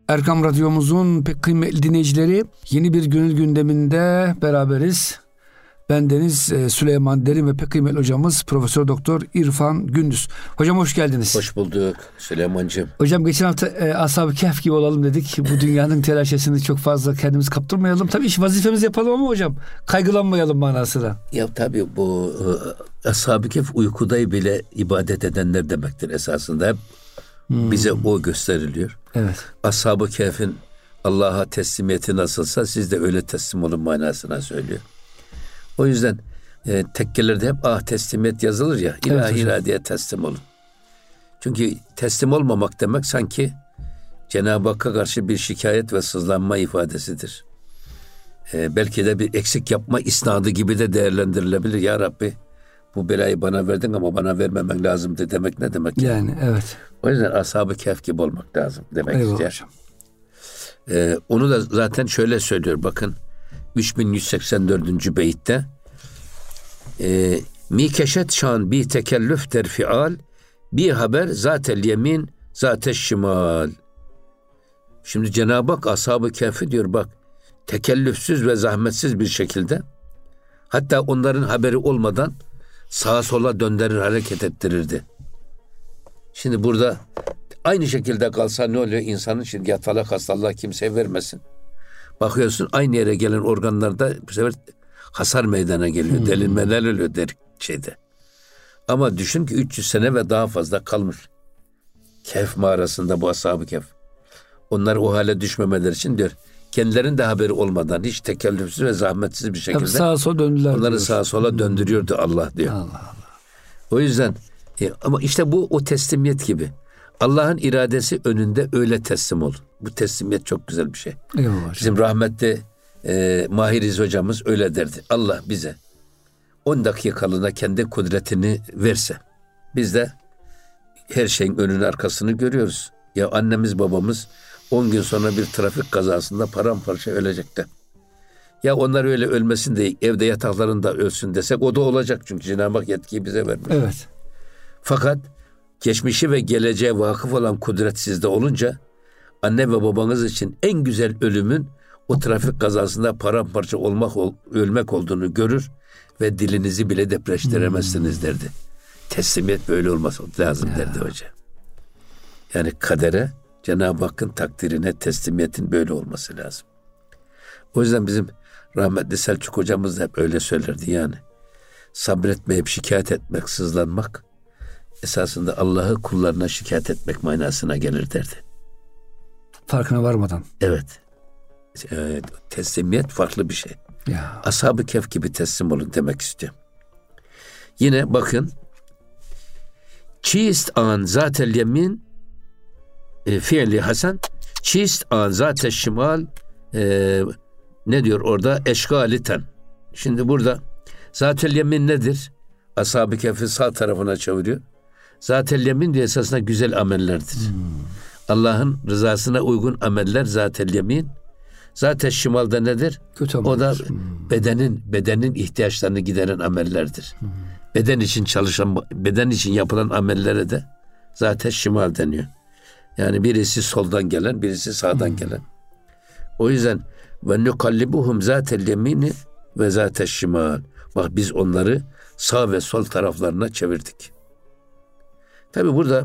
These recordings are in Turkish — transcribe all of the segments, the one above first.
Erkam Radyomuzun pek kıymetli dinleyicileri, yeni bir gönül gündeminde beraberiz. Bendeniz Süleyman Derin ve pek kıymetli hocamız Profesör Doktor İrfan Gündüz. Hocam hoş geldiniz. Hoş bulduk Süleyman'cığım. Hocam geçen hafta Ashab-ı Kehf gibi olalım dedik. Bu dünyanın telaşesini çok fazla kendimiz kaptırmayalım. Tabii iş vazifemizi yapalım ama hocam kaygılanmayalım manasına. Ya tabii bu Ashab-ı Kehf uykuda bile ibadet edenler demektir esasında. Hep bize o gösteriliyor. Evet. Ashab-ı Kehf'in Allah'a teslimiyeti nasılsa siz de öyle teslim olun manasına söylüyor. O yüzden tekkelerde hep teslimiyet yazılır ya, ilahi iradeye teslim olun. Çünkü teslim olmamak demek sanki Cenab-ı Hakk'a karşı bir şikayet ve sızlanma ifadesidir. Belki de bir eksik yapma isnadı gibi de değerlendirilebilir. Ya Rabbi bu belayı bana verdin ama bana vermemen lazımdı demek ne demek? Yani evet. O yüzden Ashab-ı Kehf gibi olmak lazım demek istiyor. Onu da zaten şöyle söylüyor bakın. 3184. beytte mi keşet şan bi tekellüf der fial bi haber zatel yemin zatel şimal. Şimdi Cenab-ı Hak Ashab-ı Kehf'i diyor bak tekellüfsüz ve zahmetsiz bir şekilde hatta onların haberi olmadan sağa sola döndürür hareket ettirirdi. Şimdi burada aynı şekilde kalsa ne oluyor? İnsanın şimdi yatalak hastalığa kimseye vermesin. Bakıyorsun aynı yere gelen organlarda bu sefer hasar meydana geliyor. Delinmeler oluyor şeyde. Ama düşün ki 300 sene ve daha fazla kalmış. Kehf mağarasında bu Ashab-ı Kehf. Onlar o hale düşmemeleri için diyor. Kendilerinin de haberi olmadan hiç tekellüfsüz ve zahmetsiz bir şekilde sağa sola döndüler. Onları diyor. Sağa sola döndürüyordu Allah diyor. Allah Allah. O yüzden ama işte bu o teslimiyet gibi. Allah'ın iradesi önünde öyle teslim olun. Bu teslimiyet çok güzel bir şey. Eyvallah. Bizim rahmetli Mahiriz hocamız öyle derdi. Allah bize 10 dakikalığına kendi kudretini verse. Biz de her şeyin önünü arkasını görüyoruz. Ya annemiz babamız 10 gün sonra bir trafik kazasında paramparça ölecekler. Ya onlar öyle ölmesin de evde yataklarında ölsün desek o da olacak. Çünkü Cenab-ı Hak yetkiyi bize vermiş. Evet. Fakat geçmişi ve geleceğe vakıf olan kudret sizde olunca anne ve babanız için en güzel ölümün o trafik kazasında paramparça ölmek olduğunu görür ve dilinizi bile depreştiremezsiniz derdi. Teslimiyet böyle olması lazım derdi hoca. Yani kadere, Cenab-ı Hakk'ın takdirine teslimiyetin böyle olması lazım. O yüzden bizim rahmetli Selçuk hocamız da hep öyle söylerdi yani. Sabretmeyip şikayet etmek, sızlanmak esasında Allah'ı kullarına şikayet etmek manasına gelir derdi. Farkına varmadan. Evet. Teslimiyet farklı bir şey. Ya. Ashab-ı Kehf gibi teslim olun demek istiyor. Yine bakın. Çiist an zatel yemin fiili hasen çiist an zatel şimal ne diyor orada? Eşgaliten. Şimdi burada zatel yemin nedir? Ashab-ı Kehf'i sağ tarafına çeviriyor. Zatel yemin diye esasında güzel amellerdir. Allah'ın rızasına uygun ameller zatel yemin. Zaten şimalda nedir? Kötü o da bedenin ihtiyaçlarını gideren amellerdir. Beden için yapılan amellere de zaten şimal deniyor. Yani birisi soldan gelen, birisi sağdan gelen. O yüzden ve nukallibuhum zatel yemini ve zaten şimal. Bak biz onları sağ ve sol taraflarına çevirdik. Tabi burada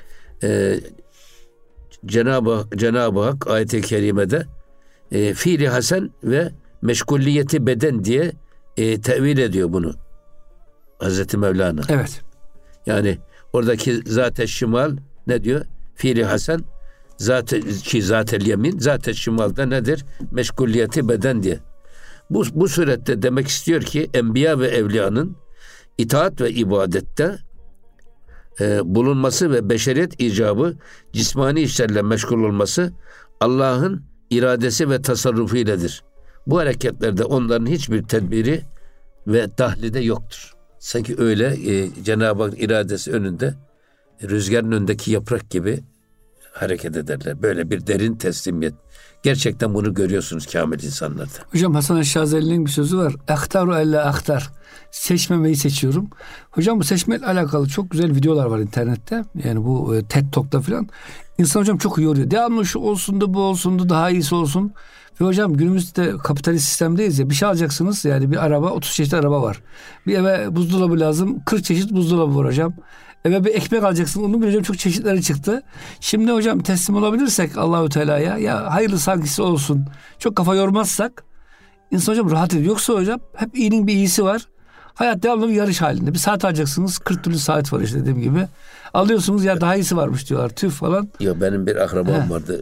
Cenab-ı Hak ayet-i kerimede fiili hasen ve meşgulliyeti beden diye tevil ediyor bunu Hazreti Mevlana. Evet. Yani oradaki zat-ı şimal ne diyor? Fiili hasen zatel yemin, zat-ı şimalda nedir? Meşgulliyeti beden diye. Bu surette demek istiyor ki enbiya ve evliyanın itaat ve ibadette bulunması ve beşeriyet icabı cismani işlerle meşgul olması Allah'ın iradesi ve tasarrufu iledir. Bu hareketlerde onların hiçbir tedbiri ve dahli de yoktur. Sanki öyle Cenab-ı Hak iradesi önünde rüzgarın önündeki yaprak gibi hareket ederler. Böyle bir derin teslimiyet. Gerçekten bunu görüyorsunuz kamil insanlarda. Hocam Hasan Şazeli'nin bir sözü var. Ahtaru elle ahtar. Seçmemeyi seçiyorum. Hocam bu seçmeyle alakalı çok güzel videolar var internette. Yani bu TED Talk'ta falan. İnsan hocam çok yoruyor. Devamlı şu olsun da bu olsun da daha iyisi olsun. Ve hocam günümüzde kapitalist sistemdeyiz ya, bir şey alacaksınız yani bir araba, 30 çeşit araba var. Bir eve buzdolabı lazım, 40 çeşit buzdolabı var hocam. Eve bir ekmek alacaksın, onun bile hocam çok çeşitleri çıktı. Şimdi hocam teslim olabilirsek Allahu Teala'ya, ya hayırlısı hangisi olsun, çok kafa yormazsak insan hocam rahat ediyor. Yoksa hocam hep iyinin bir iyisi var. Hayat devamlı bir yarış halinde. Bir saat alacaksınız, 40 türlü saat var işte dediğim gibi. Alıyorsunuz ya daha iyisi varmış diyorlar, tüh falan. Ya benim bir akrabam vardı.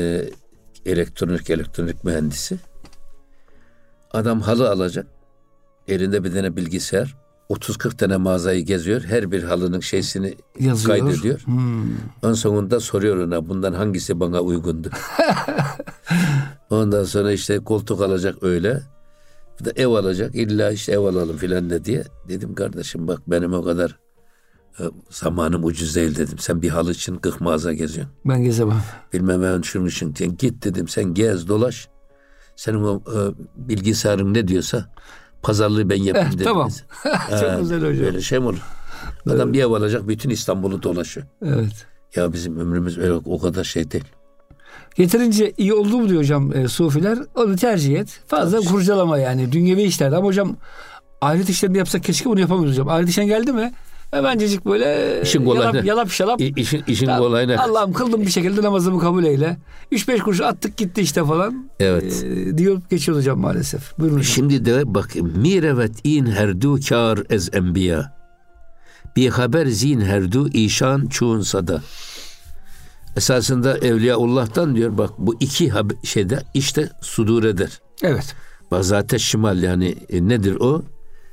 Elektronik mühendisi. Adam halı alacak. Elinde bir tane bilgisayar. 30-40 tane mağazayı geziyor. Her bir halının şeysini yazıyor, kaydediyor. En sonunda soruyor ona, bundan hangisi bana uygundu? Ondan sonra işte koltuk alacak öyle. Bir de ev alacak. İlla işte ev alalım filan de diye. Dedim kardeşim bak benim o kadar zamanım ucuz değil dedim. Sen bir halı için 40 mağaza geziyorsun. Ben gezemem. Bilmem ben şunun için. Git dedim, sen gez dolaş. Senin o bilgisayarın ne diyorsa pazarlığı ben yapayım dedim. Tamam. Çok güzel hocam. Böyle şey mi olur? Adam evet. Bir ev alacak, bütün İstanbul'u dolaşıyor. Evet. Ya bizim ömrümüz öyle o kadar şey değil. Yeterince iyi oldu mu diyor hocam sufiler. Onu tercih et. Fazla tabii. Kurcalama yani. Dünyevi işlerde. Ama hocam ahiret işlerinde yapsak keşke, bunu yapamıyoruz hocam. Ahiret işten geldi mi? Hemencecik böyle yalap şalap. İşin kolayına. Allah'ım kıldım bir şekilde, namazımı kabul eyle. 3-5 kuruş attık gitti işte falan. Evet. Diyor geçiyor hocam maalesef. Buyurun hocam. Şimdi de bak. Mirevet in herdu kâr ez enbiya. Bir haber zin herdu işan çoğun sada. Esasında Evliyaullah'tan diyor bak, bu iki şeyde işte sudur eder. Evet. Bak zaten şimal yani nedir o?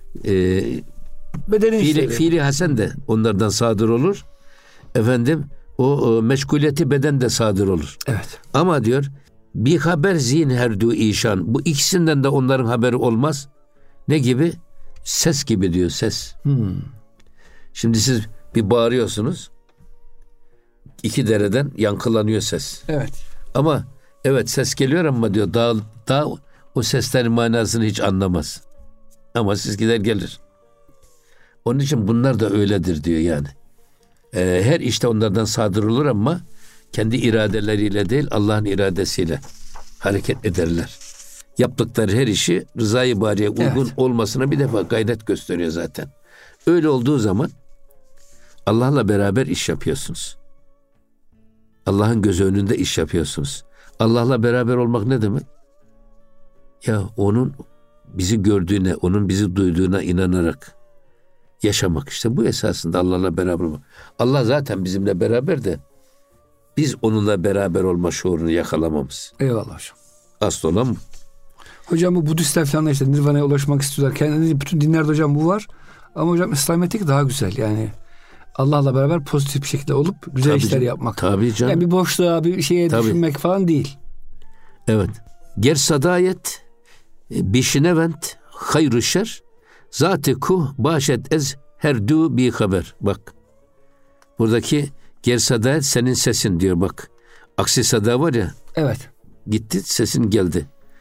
Fiili hasen de onlardan sadır olur. Efendim o meşguliyeti beden de sadır olur. Evet. Ama diyor bir haber zin herdu işan. Bu ikisinden de onların haberi olmaz. Ne gibi? Ses gibi diyor, ses. Şimdi siz bir bağırıyorsunuz. 2 dereden yankılanıyor ses. Evet. Ama evet ses geliyor ama diyor dağ o seslerin manasını hiç anlamaz. Ama siz gider gelir. Onun için bunlar da öyledir diyor yani. Her işte onlardan sadır olur ama kendi iradeleriyle değil, Allah'ın iradesiyle hareket ederler. Yaptıkları her işi rızayı bariye uygun olmasına bir defa gayret gösteriyor zaten. Öyle olduğu zaman Allah'la beraber iş yapıyorsunuz. Allah'ın gözü önünde iş yapıyorsunuz. Allah'la beraber olmak ne demek? Ya onun bizi gördüğüne, onun bizi duyduğuna inanarak yaşamak, işte bu esasında Allah'la beraber olmak. Allah zaten bizimle beraber de biz onunla beraber olma şuurunu yakalamamız. Eyvallah hocam. Asıl olan bu. Hocam bu Budistler falan da işte Nirvana'ya ulaşmak istiyorlar. Kendini bütün dinlerde hocam bu var. Ama hocam İslamiyet'teki daha güzel yani. Allah'la beraber pozitif bir şekilde olup güzel tabii işler yapmak. Tabii canım. Yani bir boşluğa, bir şeye düşünmek falan değil. Evet. Ger sadayet bişinevent hayru şer zat-ı kuh başet ez herdu bi haber. Bak. Buradaki ger sadayet senin sesin diyor bak. Aksi sada var ya. Evet. Gitti, sesin geldi.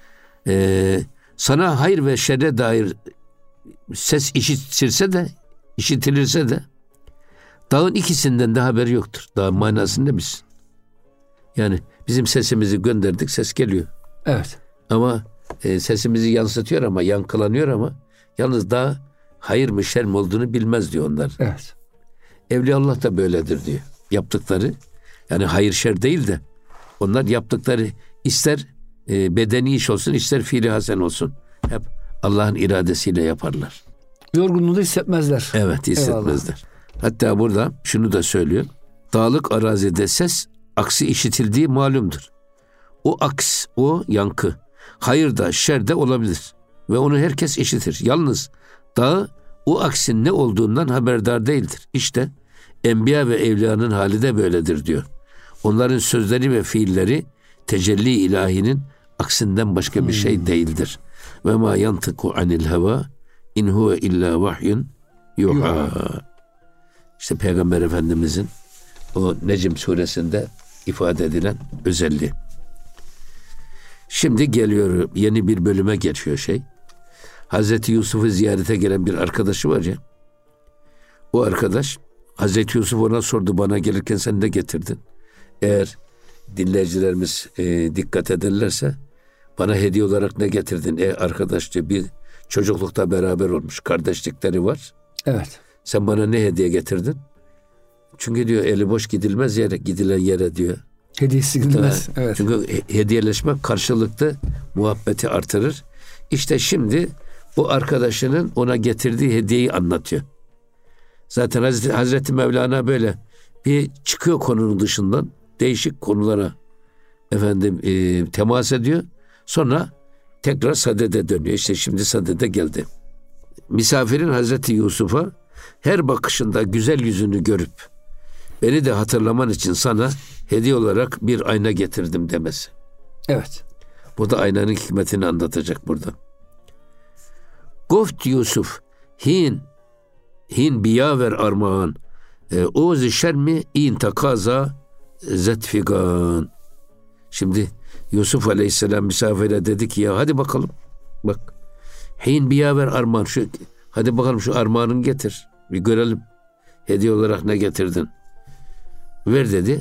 Sana hayır ve şerre dair ses işitilirse de dağın ikisinden de haberi yoktur. Dağın manasında biz. Yani bizim sesimizi gönderdik, ses geliyor. Evet. Ama sesimizi yansıtıyor ama yankılanıyor ama yalnız dağ hayır mı şer mi olduğunu bilmez diyor onlar. Evet. Evliyaullah da böyledir diyor. Yaptıkları yani hayır şer değil de onlar yaptıkları ister bedeni iş olsun ister fiili hasen olsun hep Allah'ın iradesiyle yaparlar. Yorgunluğu da hissetmezler. Evet, hissetmezler. Eyvallah. Hatta burada şunu da söylüyor. Dağlık arazide ses aksi işitildiği malumdur. O aks, o yankı hayır da şer de olabilir. Ve onu herkes işitir. Yalnız dağ o aksin ne olduğundan haberdar değildir. İşte enbiya ve evliyanın hali de böyledir diyor. Onların sözleri ve fiilleri tecelli ilahinin aksinden başka bir şey değildir. Ve ma yantıku anil heva in huve illa vahyun yuha. İşte Peygamber Efendimizin o Necm suresinde ifade edilen özelliği. Şimdi geliyor, yeni bir bölüme geçiyor Hazreti Yusuf'u ziyarete gelen bir arkadaşı var ya. O arkadaş Hazreti Yusuf ona sordu, bana gelirken sen ne getirdin? Eğer dinleyicilerimiz dikkat ederlerse, bana hediye olarak ne getirdin? Arkadaş diyor, bir çocuklukta beraber olmuş, kardeşlikleri var. Evet. Sen bana ne hediye getirdin? Çünkü diyor eli boş gidilmez yere, gidilen yere diyor. Hediyesi gidilmez. Evet. Çünkü hediyeleşmek karşılıklı muhabbeti artırır. İşte şimdi bu arkadaşının ona getirdiği hediyeyi anlatıyor. Zaten Hazreti Mevlana böyle bir çıkıyor konunun dışından, değişik konulara temas ediyor. Sonra tekrar sadede dönüyor. İşte şimdi sadede geldi. Misafirin Hazreti Yusuf'a her bakışında güzel yüzünü görüp beni de hatırlaman için sana hediye olarak bir ayna getirdim demesi. Evet. Bu da aynanın hikmetini anlatacak burada. Goft Yusuf hin biyaver armağan oğuz şermi in takaza zetfigan. Şimdi Yusuf Aleyhisselam misafire dedi ki ya hadi bakalım, bak hin biyaver armağan, hadi bakalım şu armağanını getir, bir görelim hediye olarak ne getirdin, ver dedi.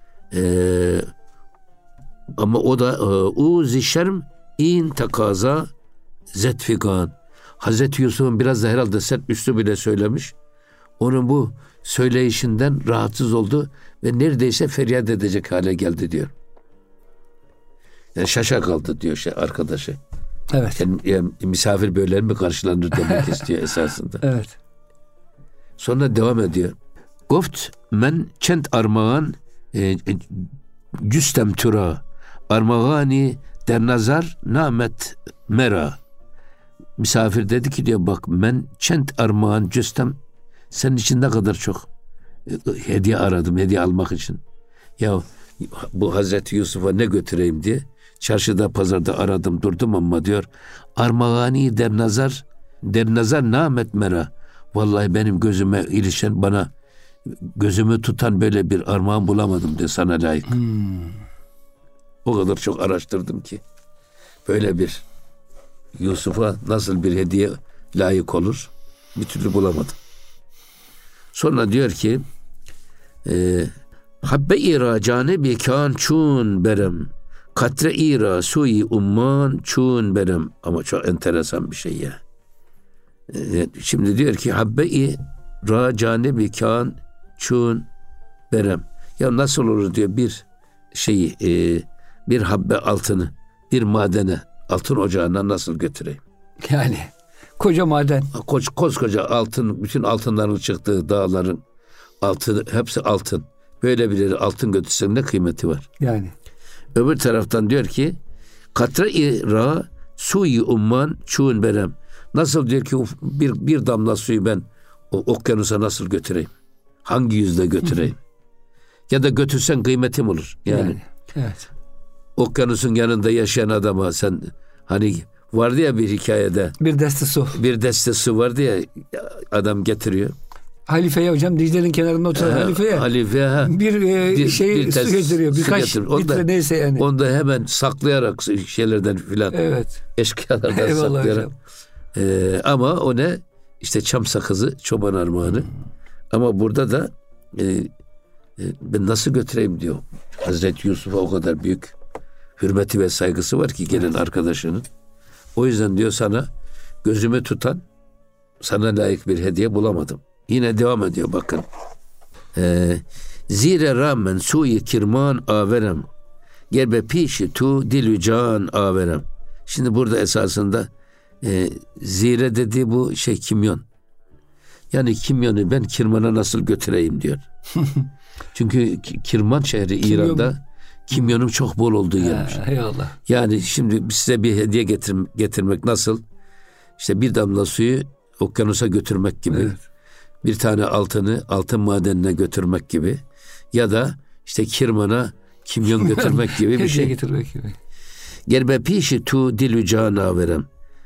Ama o da oğuz şerm in takaza zetfigan. Hazreti Yusuf'un biraz da herhalde sert üslubuyla söylemiş. Onun bu söyleyişinden rahatsız oldu ve neredeyse feryat edecek hale geldi diyor. Yani şaşa kaldı diyor arkadaşı. Evet. Yani misafir böyle mi karşılanır demek istiyor esasında. Evet. Sonra devam ediyor. Goft men çent armağan cüstem tura armağani der nazar namet mera. Misafir dedi ki diyor, bak men çent armağan cüstem, senin için ne kadar çok hediye aradım, hediye almak için. Ya bu Hazreti Yusuf'a ne götüreyim diye çarşıda pazarda aradım durdum ama diyor armağani der nazar namet mera. Vallahi benim gözüme ilişen, bana gözümü tutan böyle bir armağan bulamadım diyor sana layık. O kadar çok araştırdım ki böyle bir Yusuf'a nasıl bir hediye layık olur bir türlü bulamadım. Sonra diyor ki habbe ira canebi kan çun berem katre ira suyi umman çun berem. Ama çok enteresan bir şey ya. Şimdi diyor ki habbe ira canebi kan çun berem. Ya nasıl olur diyor bir habbe altını bir madene, altın ocağına nasıl götüreyim? Yani koca maden. Koskoca altın, bütün altınların çıktığı dağların altını, hepsi altın. Böyle bir yere altın götürsem ne kıymeti var? Yani. Öbür taraftan diyor ki katre-i ra suyu umman çun berem. Nasıl diyor ki bir damla suyu ben o okyanusa nasıl götüreyim? Hangi yüzle götüreyim? Ya da götürsen kıymetim olur. Yani. Evet. Okyanusun yanında yaşayan adama sen hani vardı ya bir hikayede. Bir deste su. Bir deste su vardı ya adam getiriyor. Halifeye hocam, Dicle'nin kenarında oturan halifeye. Bir su getiriyor. Birkaç litre neyse yani. Onu da hemen saklayarak şeylerden filan. Evet. Eşkıyalardan saklayarak. Ama o ne? İşte çam sakızı, çoban armağanı. Ama burada da ben nasıl götüreyim diyor. Hazreti Yusuf'a o kadar büyük hürmeti ve saygısı var ki gelen arkadaşının. O yüzden diyor sana gözümü tutan, sana layık bir hediye bulamadım. Yine devam ediyor bakın. Zire rağmen suyi kirman averem gerbe pişi tu dilü can averem. Şimdi burada esasında zire dediği bu kimyon. Yani kimyonu ben Kirman'a nasıl götüreyim diyor. Çünkü Kirman şehri İran'da kimyonun çok bol olduğu yermiş. Eyvallah. Yani şimdi size bir hediye getirmek nasıl? İşte bir damla suyu okyanusa götürmek gibi. Evet. Bir tane altın madenine götürmek gibi. Ya da işte Kirman'a kimyon götürmek gibi bir şey. Getirmek gibi. Gerbe pişi tu dilü cana verem.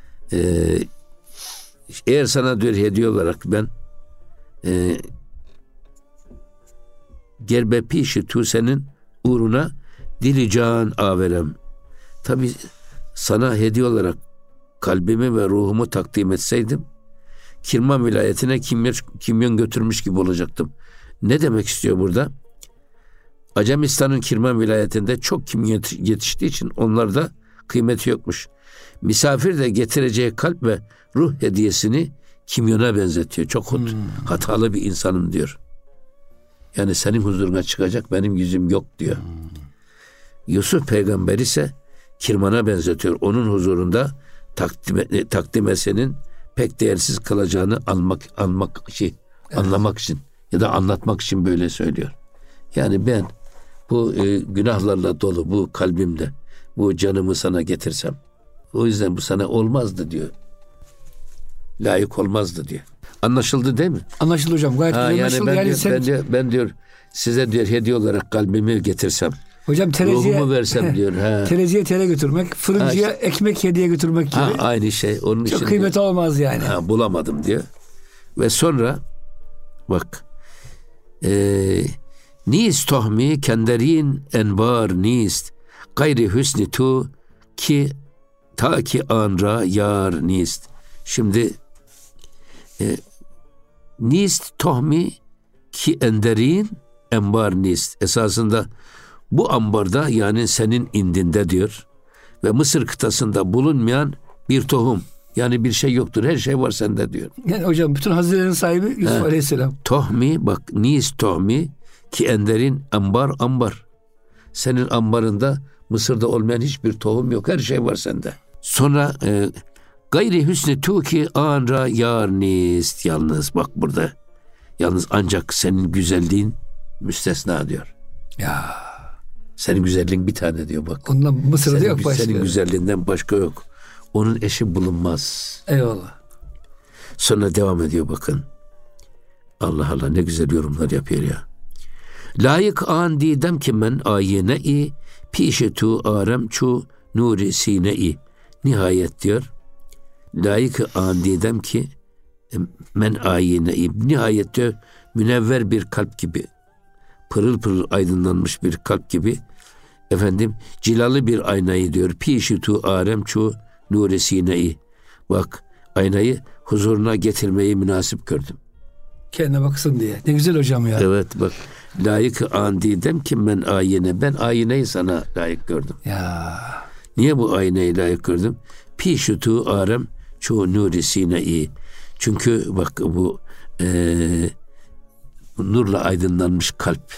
Eğer sana diyor hediye olarak ben gerbe pişi tu senin uğruna dili can averem. Tabi sana hediye olarak kalbimi ve ruhumu takdim etseydim, Kirman vilayetine kimyon götürmüş gibi olacaktım. Ne demek istiyor burada? Acemistan'ın Kirman vilayetinde çok kimyon yetiştiği için onlarda kıymeti yokmuş. Misafir de getireceği kalp ve ruh hediyesini kimyona benzetiyor. Çok hatalı bir insanım diyor. Yani senin huzuruna çıkacak benim yüzüm yok diyor. Yusuf peygamber ise kirmana benzetiyor. Onun huzurunda takdim etsenin pek değersiz kalacağını anlamak için ya da anlatmak için böyle söylüyor. Yani ben bu günahlarla dolu bu kalbimde bu canımı sana getirsem, o yüzden bu sana olmazdı diyor. Layık olmazdı diyor. Anlaşıldı değil mi? Anlaşıldı hocam. Gayet anlaşıldı. Ben diyor size diyor hediye olarak kalbimi getirsem. Hocam ruhumu versem diyor. Tereziye tere götürmek, fırıncıya ekmek hediye götürmek gibi. Aynı şey. Onun çok için kıymeti diyor, olmaz yani. Bulamadım diyor. Ve sonra bak Nist tohmi kenderin enbar nist gayri hüsni tu ki ta ki anra yar nist. Şimdi nist tohmi ki enderin enbar nist. Esasında bu ambarda yani senin indinde diyor ve Mısır kıtasında bulunmayan bir tohum. Yani bir şey yoktur. Her şey var sende diyor. Yani hocam bütün hazinelerin sahibi Yusuf Aleyhisselam. Tohmi bak nis tohmi ki enderin ambar. Senin ambarında Mısır'da olmayan hiçbir tohum yok. Her şey var sende. Sonra gayri hüsnü tu ki anra yar nist. Yalnız bak burada. Yalnız ancak senin güzelliğin müstesna diyor. Ya. Senin güzelliğin bir tane diyor bak. Ondan Mısır'da yok başka. Senin güzelliğinden başka yok. Onun eşi bulunmaz. Eyvallah. Sonra devam ediyor bakın. Allah Allah ne güzel yorumlar yapıyor ya. Layık an didem ki men ayine-i pişetu arem çu nuri sine-i. Nihayet diyor. Layık an didem ki men ayine-i. Nihayet diyor münevver bir kalp gibi. Pırıl pırıl aydınlanmış bir kalp gibi. Efendim cilalı bir aynayı diyor. Pişetu arem çu nuri sine-i. Bak aynayı huzuruna getirmeyi münasip gördüm. Kendine baksın diye. Ne güzel hocam ya. Evet bak. Layık an didem ki ben ayine. Ben ayneyi sana layık gördüm. Ya. Niye bu ayneyi layık gördüm? Pişutu arem çu nuri sine-i. Çünkü bak bu nurla aydınlanmış kalp.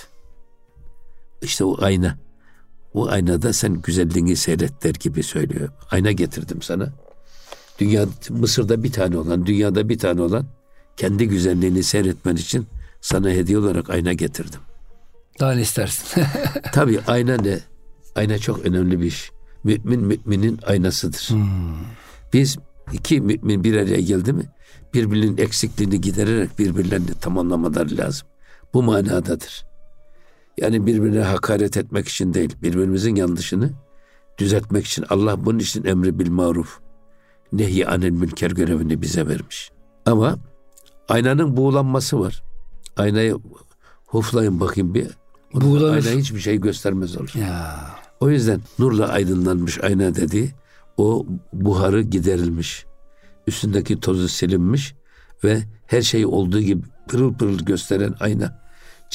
İşte o ayna. O aynada sen güzelliğini seyret der gibi söylüyor. Ayna getirdim sana. Mısır'da bir tane olan, dünyada bir tane olan kendi güzelliğini seyretmen için sana hediye olarak ayna getirdim. Daha ne istersin? Tabii ayna ne? Ayna çok önemli bir iş. Müminin aynasıdır. Biz iki mümin bir araya geldi mi birbirinin eksikliğini gidererek birbirlerini tamamlamaları lazım. Bu manadadır. Yani birbirine hakaret etmek için değil, birbirimizin yanlışını düzeltmek için. Allah bunun için emri bil maruf, nehy anil münker görevini bize vermiş. Ama aynanın buğulanması var. Aynayı huflayın bakayım bir. Ayna hiçbir şey göstermez olur. Ya. O yüzden nurla aydınlanmış ayna dediği o buharı giderilmiş. Üstündeki tozu silinmiş ve her şey olduğu gibi pırıl pırıl gösteren ayna.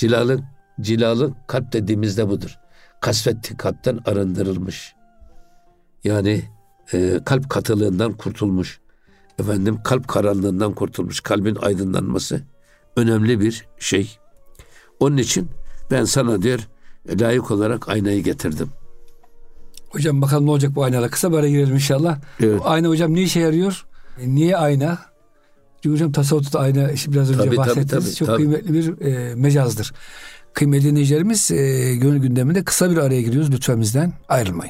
Cilalı kalp dediğimizde budur. Kasvetli kalpten arındırılmış. Yani kalp katılığından kurtulmuş. Kalp karanlığından kurtulmuş. Kalbin aydınlanması önemli bir şey. Onun için ben sana diyor layık olarak aynayı getirdim. Hocam bakalım ne olacak bu aynayla. Kısa bir ara girelim inşallah. Evet. Bu ayna hocam ne işe yarıyor? Niye ayna? Çünkü hocam tasavvufta ayna biraz önce bahsettiniz. Çok kıymetli bir mecazdır. Kıymetli dinleyicilerimiz gönül gündeminde kısa bir araya giriyoruz. Lütfen bizden ayrılmayın.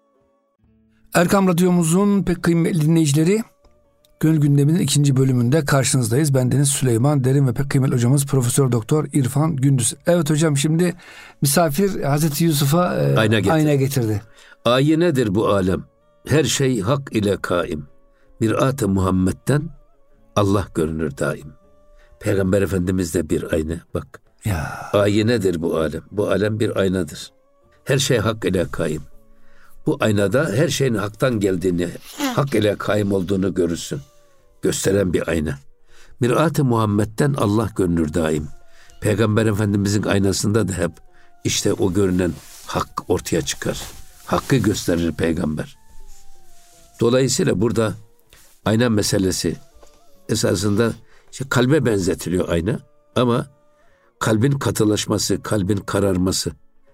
Erkam Radyomuzun pek kıymetli dinleyicileri, Gönül Gündemi'nin 2. bölümünde karşınızdayız. Bendeniz Süleyman Derin ve pek kıymetli hocamız Profesör Doktor İrfan Gündüz. Evet hocam, şimdi misafir Hazreti Yusuf'a ayna getirdi. Ayinedir bu alem. Her şey hak ile kaim. Mirat-ı Muhammed'den Allah görünür daim. Peygamber Efendimiz de bir ayna. Bak. Ya. Ayinedir bu alem. Bu alem bir aynadır. Her şey hak ile kaim. Bu aynada her şeyin haktan geldiğini, hak ile kaim olduğunu görürsün. Gösteren bir ayna. Mirat-ı Muhammed'den Allah görünür daim. Peygamber Efendimizin aynasında da hep işte o görünen hak ortaya çıkar. Hakkı gösterir peygamber. Dolayısıyla burada ayna meselesi esasında işte kalbe benzetiliyor ayna. Ama kalbin katılaşması, kalbin kararması,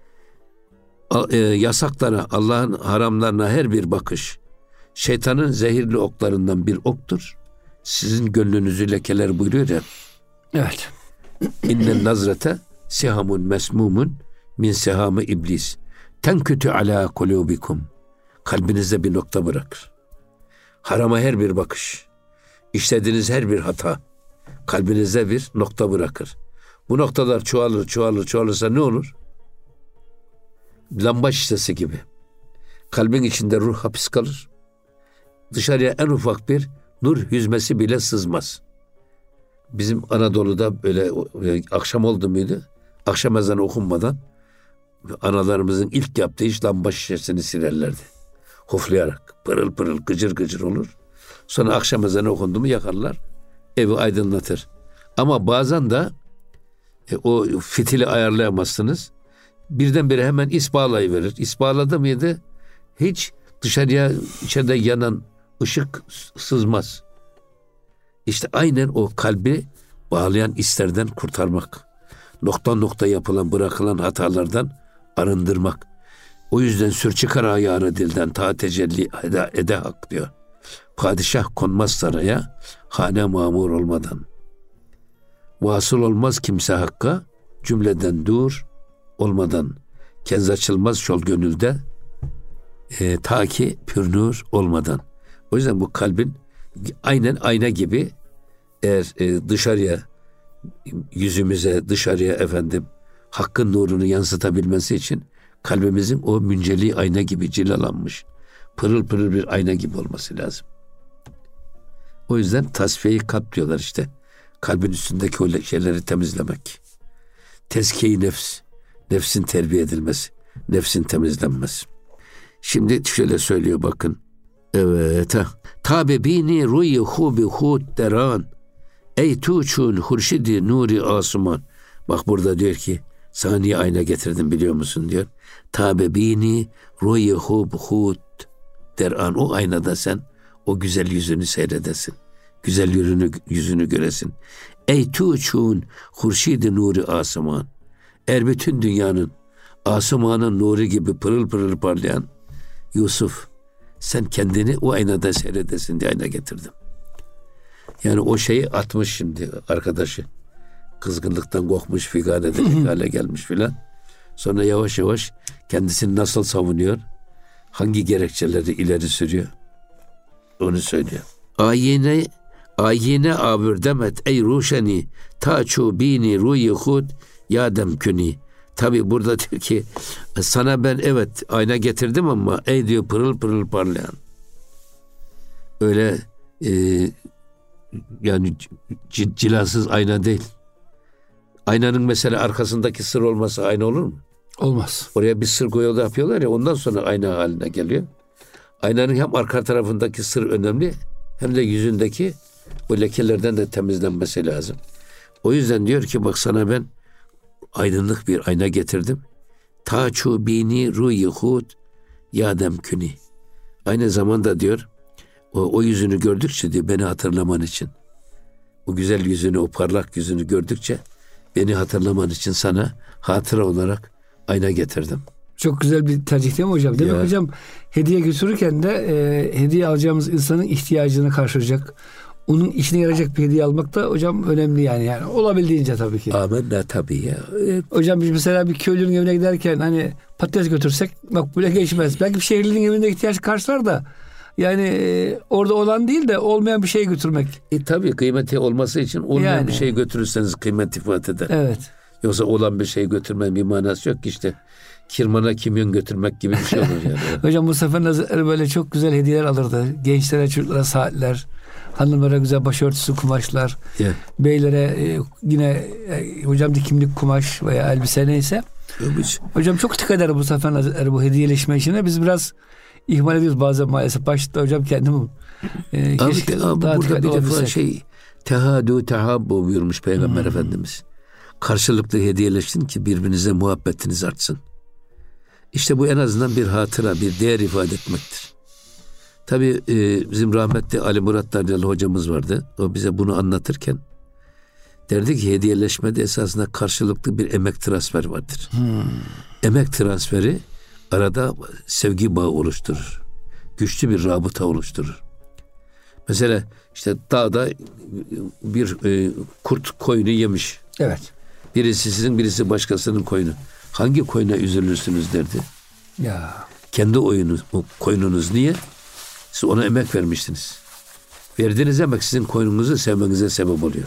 yasaklara, Allah'ın haramlarına her bir bakış, şeytanın zehirli oklarından bir oktur. Sizin gönlünüzü lekeler buyuruyor ya. Evet. İnnen nazrete sihamun mesmumun min sihamı iblis. Tenkütü ala kulubikum. Kalbinizde bir nokta bırakır. Harama her bir bakış, işlediğiniz her bir hata, kalbinizde bir nokta bırakır. Bu noktalar çoğalırsa ne olur? Lamba şişesi gibi. Kalbin içinde ruh hapis kalır. Dışarıya en ufak bir nur hüzmesi bile sızmaz. Bizim Anadolu'da böyle akşam oldu muydu? Akşam ezanı okunmadan analarımızın ilk yaptığı iş lamba şişesini silerlerdi. Hoflayarak pırıl pırıl gıcır gıcır olur. Sonra akşam ezanı okundu mu yakarlar. Evi aydınlatır. Ama bazen de o fitili ayarlayamazsınız. Birdenbire hemen ispalayıverir. İspaladı mıydı? Hiç dışarıya içeride yanan ışık sızmaz. İşte aynen o kalbi bağlayan islerden kurtarmak. Nokta nokta yapılan, bırakılan hatalardan arındırmak. O yüzden sür çıkar ayarı dilden ta tecelli ede hak diyor. Padişah konmaz saraya hane mamur olmadan. Vasıl olmaz kimse hakka cümleden dur olmadan. Kenz açılmaz şol gönülde ta ki pürnur olmadan. O yüzden bu kalbin aynen ayna gibi eğer dışarıya yüzümüze dışarıya hakkın nurunu yansıtabilmesi için kalbimizin o münceli ayna gibi cilalanmış pırıl pırıl bir ayna gibi olması lazım. O yüzden tasfiye-i kalp diyorlar işte. Kalbin üstündeki o şeyleri temizlemek. Tezkiye-i nefs. Nefsin terbiye edilmesi. Nefsin temizlenmesi. Şimdi şöyle söylüyor bakın. Evet. Tabe bini ruyi hubi hud deran. Ey tuçun hurşidi nuri asuman. Bak burada diyor ki sana niye ayna getirdim biliyor musun diyor. Tabe bini ruyi hubi hud deran. O aynada sen o güzel yüzünü seyredesin. Güzel yüzünü göresin. Ey tuçun hurşidi nuri asuman. Eğer bütün dünyanın asumanın nuru gibi pırıl pırıl parlayan Yusuf, sen kendini o aynada seyredesin diye ayna getirdim. Yani o şeyi atmış şimdi arkadaşı. Kızgınlıktan korkmuş, figan edecek hale gelmiş filan. Sonra yavaş yavaş kendisini nasıl savunuyor? Hangi gerekçeleri ileri sürüyor? Onu söylüyor. Ayine abür demet ey ruşeni taçu bini ruyi hud ya demküni. Tabi burada diyor ki sana ben evet ayna getirdim ama ey diyor pırıl pırıl parlayan. Öyle yani cilasız ayna değil. Aynanın mesela arkasındaki sır olmasa ayna olur mu? Olmaz. Oraya bir sır koyuyorlar yapıyorlar ya ondan sonra ayna haline geliyor. Aynanın hem arka tarafındaki sır önemli hem de yüzündeki o lekelerden de temizlenmesi lazım. O yüzden diyor ki bak sana ben aydınlık bir ayna getirdim. Taçu bini ruyi hud ya demküni. Aynı zamanda diyor o yüzünü gördükçe diyor beni hatırlaman için. O güzel yüzünü, o parlak yüzünü gördükçe beni hatırlaman için sana hatıra olarak ayna getirdim. Çok güzel bir tercih değil mi hocam? Demek ya. Hocam hediye götürürken de hediye alacağımız insanın ihtiyacını karşılayacak, onun işine yarayacak bir hediye almak da hocam önemli yani olabildiğince tabii ki. Amenna tabii ya. Hocam biz mesela bir köylünün evine giderken hani patates götürsek bak böyle geçmez. Belki bir şehirlinin evinde ihtiyaç karşılar da yani orada olan değil de olmayan bir şey götürmek. Tabii kıymeti olması için olmayan bir şey götürürseniz kıymet ifade eder. Evet. Yoksa olan bir şey götürmenin bir manası yok ki işte. Kirmana kimyon götürmek gibi bir şey olur yani. Hocam Mustafa Hazretleri böyle çok güzel hediyeler alırdı. Gençlere, çocuklara saatler, hanımlara güzel başörtüsü kumaşlar, beylere yine hocam dikimlik kumaş veya elbise neyse. Hocam çok dikkat eder bu Safen Hazretleri bu hediyeleşme işine. Biz biraz ihmal ediyoruz bazen maalesef. Başta hocam kendim burada bir defa tehadu tehabbu buyurmuş Peygamber Efendimiz. Karşılıklı hediyeleştin ki birbirinize muhabbetiniz artsın. İşte bu en azından bir hatıra, bir değer ifade etmektir. Tabii bizim rahmetli Ali Murat Daryalı hocamız vardı. O bize bunu anlatırken derdi ki hediyeleşmede esasında karşılıklı bir emek transferi vardır. Emek transferi arada sevgi bağı oluşturur. Güçlü bir rabıta oluşturur. Mesela işte dağda bir kurt koyunu yemiş. Evet. Birisi sizin, birisi başkasının koyunu. Hangi koyuna üzülürsünüz derdi. Ya. Kendi koyununuz niye? Siz ona emek vermiştiniz. Verdiğiniz emek sizin koyununuzu sevmenize sebep oluyor.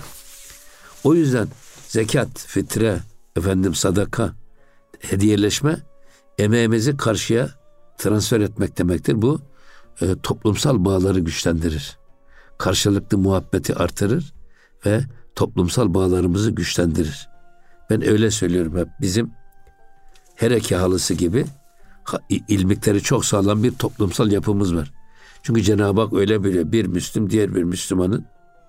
O yüzden zekat, fitre, sadaka, hediyeleşme emeğimizi karşıya transfer etmek demektir. Bu toplumsal bağları güçlendirir. Karşılıklı muhabbeti artırır ve toplumsal bağlarımızı güçlendirir. Ben öyle söylüyorum hep. Bizim Hereke halısı gibi ilmikleri çok sağlam bir toplumsal yapımız var. Çünkü Cenab-ı Hak öyle böyle bir Müslüm diğer bir Müslümanın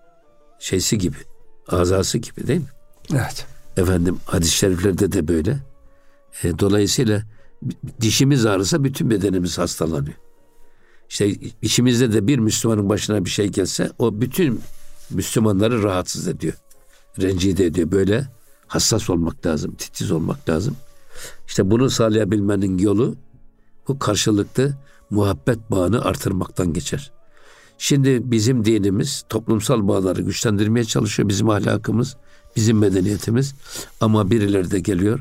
şeysi gibi, azası gibi değil mi? Evet. Hadis-i şeriflerde de böyle. Dolayısıyla dişimiz ağrısa bütün bedenimiz hastalanıyor. İşte içimizde de bir Müslümanın başına bir şey gelse o bütün Müslümanları rahatsız ediyor. Rencide ediyor. Böyle hassas olmak lazım, titiz olmak lazım. İşte bunu sağlayabilmenin yolu bu karşılıklı muhabbet bağını artırmaktan geçer. Şimdi bizim dinimiz toplumsal bağları güçlendirmeye çalışıyor. Bizim ahlakımız, bizim medeniyetimiz. Ama birileri de geliyor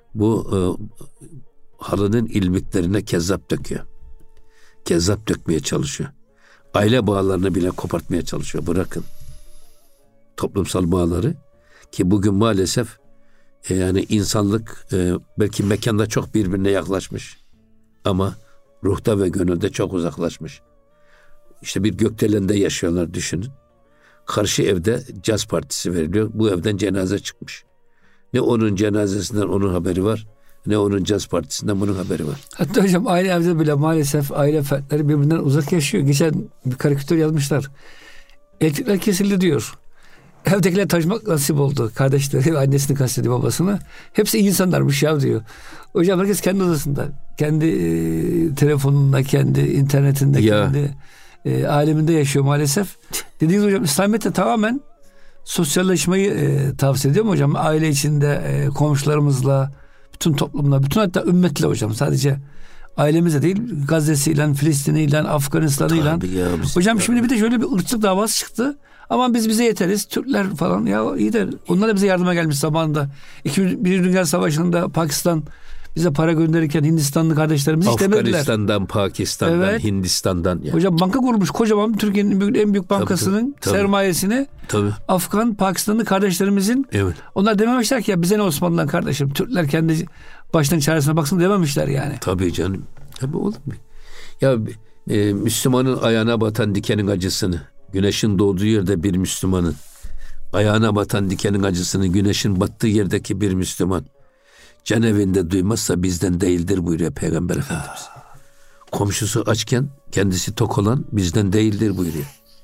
bu halının ilmiklerine kezzap döküyor. Kezzap dökmeye çalışıyor. Aile bağlarını bile kopartmaya çalışıyor. Bırakın toplumsal bağları ki bugün maalesef yani insanlık belki mekanda çok birbirine yaklaşmış ama ruhta ve gönülde çok uzaklaşmış. İşte bir gökdelende yaşıyorlar düşünün. Karşı evde caz partisi veriliyor. Bu evden cenaze çıkmış. Ne onun cenazesinden onun haberi var, ne onun caz partisinden bunun haberi var. Hatta hocam aile evde bile maalesef aile fertleri birbirinden uzak yaşıyor. Geçen bir karikatür yazmışlar. Elektrikler kesildi diyor. Evdekiler taşımak nasip oldu. Kardeşleri, annesini kastediyor, babasını. Hepsi iyi insanlarmış ya diyor. Hocam herkes kendi odasında. Kendi telefonunda, kendi internetinde, kendi aleminde yaşıyor maalesef. Dediğiniz hocam İslamiyet'te tamamen sosyalleşmeyi tavsiye ediyor mu hocam? Aile içinde, komşularımızla, bütün toplumla, bütün hatta ümmetle hocam. Sadece ailemizle değil, Gazze'siyle, Filistin'iyle, Afganistan'ıyla. Hocam şimdi bir de şöyle bir ırkçılık davası çıktı. Ama biz bize yeteriz. Türkler falan ya iyi de onlar da bize yardıma gelmiş zamanında. Bir Dünya Savaşı'nda Pakistan bize para gönderirken Hindistanlı kardeşlerimiz hiç demediler. Afganistan'dan, Pakistan'dan, evet. Hindistan'dan. Yani. Hocam banka kurulmuş kocaman Türkiye'nin en büyük bankasının sermayesini Afgan, Pakistanlı kardeşlerimizin onlar dememişler ki ya bize ne Osmanlı'dan kardeşim. Türkler kendi başlarının çaresine baksın dememişler yani. Tabii canım. Tabii olur mu? Ya Müslümanın ayağına batan dikenin acısını, güneşin doğduğu yerde bir Müslümanın ayağına batan dikenin acısını güneşin battığı yerdeki bir Müslüman can evinde duymazsa bizden değildir buyuruyor Peygamber Efendimiz. Komşusu açken kendisi tok olan bizden değildir buyuruyor.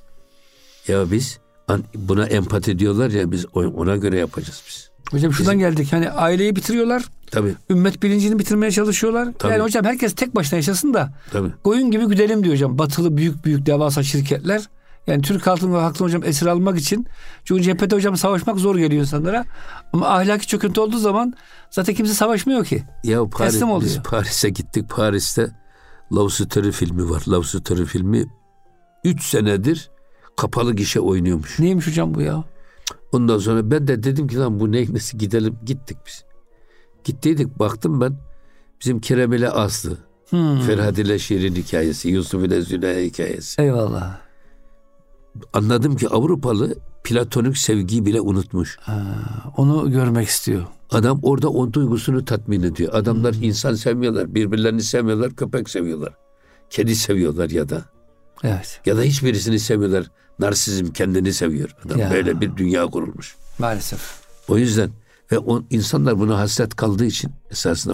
Ya biz buna empati diyorlar ya biz ona göre yapacağız biz. Hocam şuradan geldik. Hani aileyi bitiriyorlar. Tabii. Ümmet bilincini bitirmeye çalışıyorlar. Tabii. Yani hocam herkes tek başına yaşasın da tabii. Koyun gibi güdelim diyor hocam. Batılı büyük devasa şirketler. Yani Türk halkını hocam esir almak için. Çünkü cephede hocam savaşmak zor geliyor insanlara. Ama ahlaki çöküntü olduğu zaman zaten kimse savaşmıyor ki. Ya biz Paris'e gittik. Paris'te Love Story filmi var. Love Story filmi 3 senedir kapalı gişe oynuyormuş. Neymiş hocam bu ya? Ondan sonra ben de dedim ki lan bu neyse gidelim. Gittik biz. Gittiydik baktım ben bizim Kerem ile Aslı. Ferhat ile Şirin hikayesi. Yusuf ile Züleyha hikayesi. Eyvallah. Anladım ki Avrupalı platonik sevgiyi bile unutmuş. Onu görmek istiyor. Adam orada o duygusunu tatmin ediyor. Adamlar insan sevmiyorlar. Birbirlerini sevmiyorlar. Köpek seviyorlar. Kedi seviyorlar ya da. Evet. Ya da hiçbirisini sevmiyorlar. Narsizm kendini seviyor. Adam böyle bir dünya kurulmuş. Maalesef. O yüzden Ve insanlar buna hasret kaldığı için esasında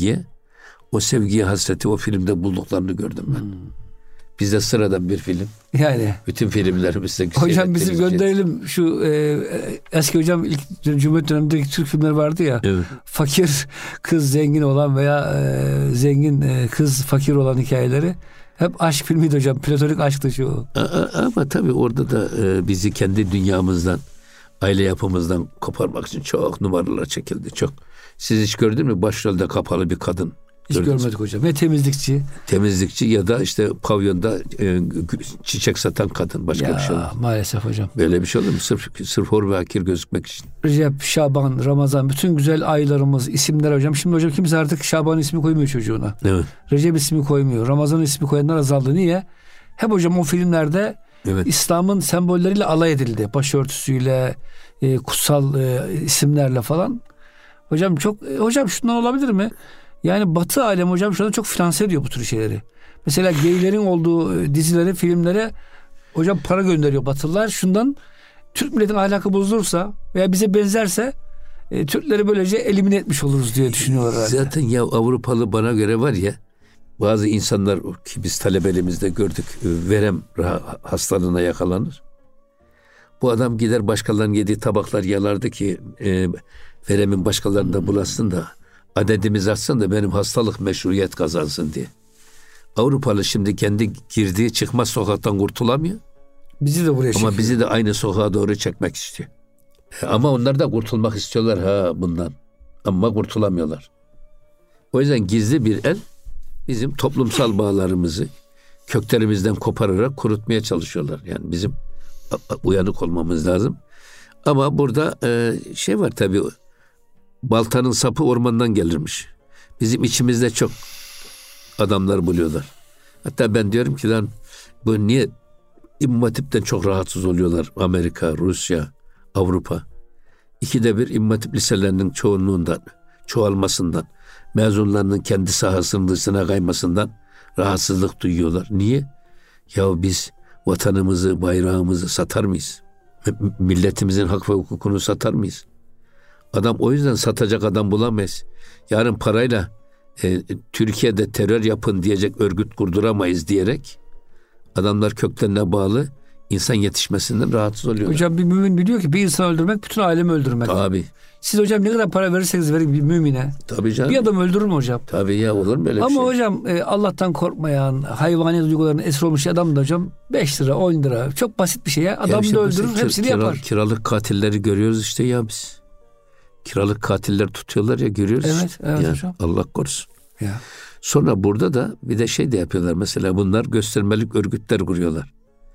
o sevgiye hasreti o filmde bulduklarını gördüm ben. Bizde sıradan bir film. Yani. Bütün filmlerimizde. Hocam bizim gönderelim şu eski hocam ilk Cumhuriyet dönemindeki Türk filmleri vardı ya. Evet. Fakir kız zengin olan veya zengin kız fakir olan hikayeleri. Hep aşk filmiydi hocam. Platonik aşktı şu. Ama tabii orada da bizi kendi dünyamızdan, aile yapımızdan koparmak için çok numaralar çekildi. Çok. Siz hiç gördün mü? Başrolde kapalı bir kadın. Hiç görmedik hocam. Ne temizlikçi. Temizlikçi ya da işte pavyonda çiçek satan kadın. Başka bir şey olur. Maalesef hocam. Böyle bir şey olur mu? Sırf hor ve hakir gözükmek için. Recep, Şaban, Ramazan bütün güzel aylarımız, isimler hocam. Şimdi hocam kimse artık Şaban ismi koymuyor çocuğuna. Evet. Recep ismi koymuyor. Ramazan ismi koyanlar azaldı. Niye? Hep hocam o filmlerde İslam'ın sembolleriyle alay edildi. Başörtüsüyle, kutsal isimlerle falan. Hocam şundan olabilir mi? Yani Batı alemi hocam şu anda çok finanse ediyor bu tür şeyleri. Mesela geylerin olduğu dizilere, filmlere hocam para gönderiyor Batılılar. Şundan Türk milletin ahlakı bozulursa veya bize benzerse Türkleri böylece elimine etmiş oluruz diye düşünüyorlar herhalde. Zaten ya Avrupalı bana göre var ya, bazı insanlar ki biz talebelerimizde gördük, verem hastalığına yakalanır. Bu adam gider başkalarının yediği tabaklar yalardı ki veremin başkalarında bulasın da adedimiz artsın da benim hastalık meşruiyet kazansın diye. Avrupalı şimdi kendi girdiği çıkmaz sokaktan kurtulamıyor. Bizi de buraya çekiyor. Ama bizi de aynı sokağa doğru çekmek istiyor. Ama onlar da kurtulmak istiyorlar bundan. Ama kurtulamıyorlar. O yüzden gizli bir el bizim toplumsal bağlarımızı köklerimizden kopararak kurutmaya çalışıyorlar. Yani bizim uyanık olmamız lazım. Ama burada şey var tabii, baltanın sapı ormandan gelirmiş. Bizim içimizde çok adamlar buluyorlar. Hatta ben diyorum ki lan bu niye İmam Hatip'ten çok rahatsız oluyorlar? Amerika, Rusya, Avrupa. 2'de 1 İmam Hatip liselerinin çoğalmasından, mezunlarının kendi sahasının dışına kaymasından rahatsızlık duyuyorlar. Niye? Ya biz vatanımızı, bayrağımızı satar mıyız? Milletimizin hak ve hukukunu satar mıyız? Adam o yüzden satacak adam bulamayız. Yarın parayla Türkiye'de terör yapın diyecek örgüt kurduramayız diyerek adamlar köklerine bağlı insan yetişmesinden rahatsız oluyorlar. Hocam bir mümin biliyor ki bir insan öldürmek bütün alemi öldürmek. Tabii. Siz hocam ne kadar para verirseniz verin bir mümine. Tabii canım. Bir adam öldürür mü hocam? Tabii ya, olur mu böyle bir şey? Ama hocam Allah'tan korkmayan, hayvani duygularına esir olmuş adam da hocam 5 lira 10 lira çok basit bir şey ya. Adam da öldürür, hepsini yapar. Kiralık katilleri görüyoruz işte ya biz. Kiralık katiller tutuyorlar ya, görüyoruz. Evet ya, hocam. Allah korusun. Ya. Sonra burada da bir de şey de yapıyorlar. Mesela bunlar göstermelik örgütler kuruyorlar.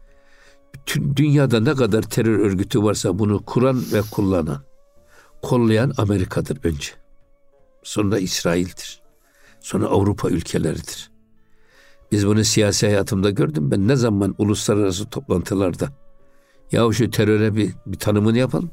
Bütün dünyada ne kadar terör örgütü varsa bunu kuran ve kullanan, kollayan Amerika'dır önce. Sonra İsrail'dir. Sonra Avrupa ülkeleridir. Biz bunu siyasi hayatımda gördüm. Ben ne zaman uluslararası toplantılarda ya şu teröre bir tanımını yapalım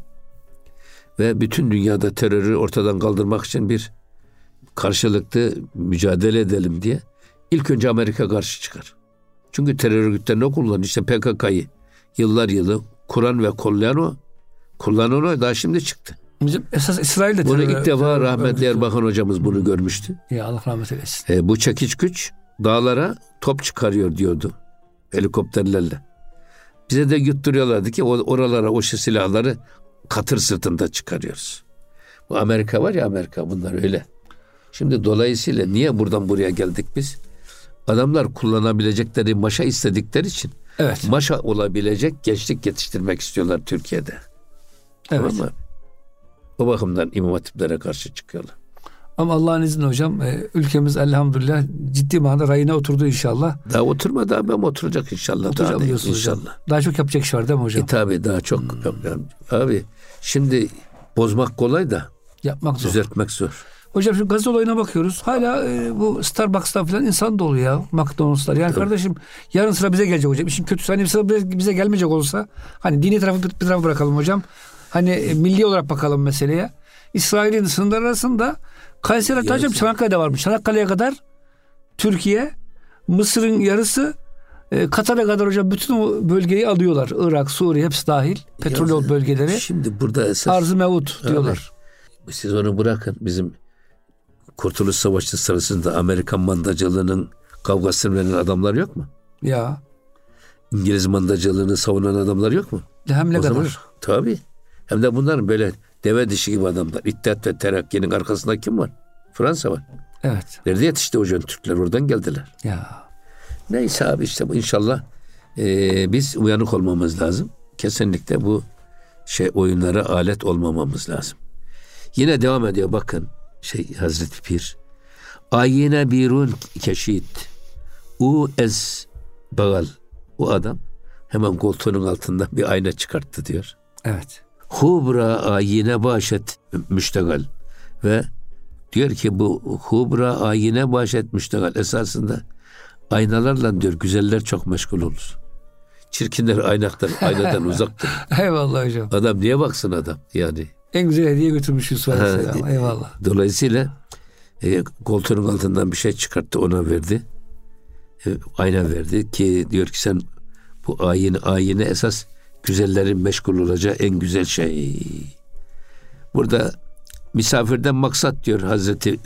ve bütün dünyada terörü ortadan kaldırmak için bir karşılıklı mücadele edelim diye ilk önce Amerika karşı çıkar. Çünkü terör örgütlerini o kullanıyor. İşte PKK'yı yıllar yılı kuran ve kullanan o daha şimdi çıktı. Esas İsrail'de bunu ilk defa rahmetli Erbakan hocamız bunu görmüştü. Ya Allah rahmet eylesin. Bu çekiç güç dağlara top çıkarıyor diyordu helikopterlerle. Bize de yutturuyorlardı ki oralara o silahları katır sırtında çıkarıyoruz. Bu Amerika var ya, Amerika bunlar öyle. Şimdi dolayısıyla niye buradan buraya geldik biz? Adamlar kullanabilecekleri maşa istedikleri için maşa olabilecek gençlik yetiştirmek istiyorlar Türkiye'de. Evet. Ama o bakımdan İmam Hatiplere karşı çıkıyorlar. Ama Allah'ın izniyle hocam ülkemiz elhamdülillah ciddi manada rayına oturdu inşallah. Daha oturmadı abi, ama oturacak inşallah. Oturacak diyorsunuz hocam. Daha çok yapacak iş var değil mi hocam? Tabii daha çok. Abi şimdi bozmak kolay da yapmak zor. Düzeltmek zor. Hocam şu gaz olayına bakıyoruz. Hala bu Starbucks'tan falan insan dolu ya. McDonald's'lar. Yani kardeşim yarın sıra bize gelecek hocam. İşin kötüsü hani sıra bize gelmeyecek olsa, hani dini tarafı bir tarafa bırakalım hocam. Hani milli olarak bakalım meseleye. İsrail'in sınırları arasında Kayseri hocam Çanakkale'de varmış. Çanakkale'ye kadar Türkiye, Mısır'ın yarısı, Katar'a kadar hocam bütün o bölgeyi alıyorlar. Irak, Suriye hepsi dahil. Petrol bölgeleri. Şimdi burada esas arz-ı mevut diyorlar. Siz onu bırakın. Bizim Kurtuluş Savaşı sırasında Amerikan mandacılığının kavgasını veren adamlar yok mu? Ya. İngiliz mandacılığını savunan adamlar yok mu? Hem ne o kadar? Zaman, tabii. Hem de bunların böyle deve dişi gibi adamlar. İttihat ve Terakki'nin arkasında kim var? Fransa var. Evet. Nerede yetişti o Jön Türkler? Oradan geldiler. Ya. Neyse abi işte bu inşallah biz uyanık olmamız lazım. Kesinlikle bu oyunlara alet olmamamız lazım. Yine devam ediyor bakın Hazreti Pir. Ayine birun keşit. U ez bagal. O adam hemen koltuğunun altından bir ayna çıkarttı diyor. Evet. Hubra ayine başet müştegal. Ve diyor ki bu hubra ayine başet müştegal. Esasında aynalarla diyor güzeller çok meşgul olur. Çirkinler aynadan uzaktır. Eyvallah hocam. Adam niye baksın adam yani. En güzel hediye götürmüş Yusuf Aleyhisselam. Eyvallah. Dolayısıyla koltuğunun altından bir şey çıkarttı, ona verdi. Ayna verdi ki diyor ki sen bu ayine esas güzellerin meşgul olacağı en güzel şey. Burada misafirden maksat diyor Hazreti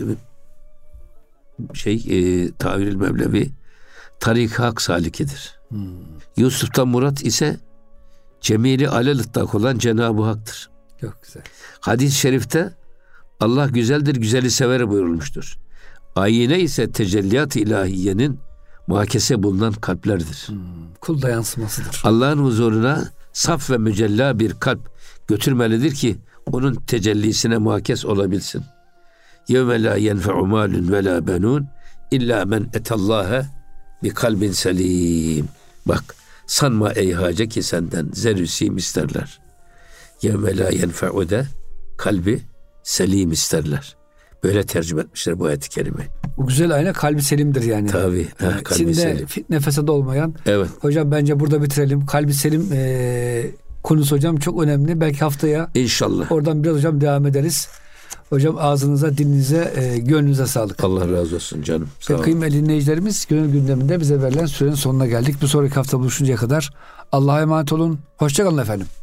Tavil Mevlevi tarik-ı hak salikidir. Yusuf'tan murat ise cemili alel-ıtlak olan Cenab-ı Hak'tır. Çok güzel. Hadis-i şerifte Allah güzeldir, güzeli sever buyurulmuştur. Ayine ise tecelliyat-ı ilahiyenin muhakese bulunan kalplerdir. Kulda yansımasıdır. Allah'ın huzuruna saf ve mücella bir kalp götürmelidir ki onun tecellisine muhakes olabilsin. Yevme la yenfe'u malun ve la benun illa men etallaha bi kalbin selim. Bak sanma ey hace ki senden zerüsim isterler. Yevme la yenfe'u de kalbi selim isterler. Böyle tercüme etmişler bu ayet-i kerimeyi. Bu güzel ayna kalbi selimdir yani. Tabii. Kalbi içinde selim. Fitne fesat olmayan. Evet. Hocam bence burada bitirelim. Kalbi selim konusu hocam çok önemli. Belki haftaya İnşallah. Oradan biraz hocam devam ederiz. Hocam ağzınıza, dilinize, gönlünüze sağlık. Allah razı olsun canım. Sağ olun. Kıymetli dinleyicilerimiz, gönül gündeminde bize verilen sürenin sonuna geldik. Bir sonraki hafta buluşuncaya kadar Allah'a emanet olun. Hoşça kalın efendim.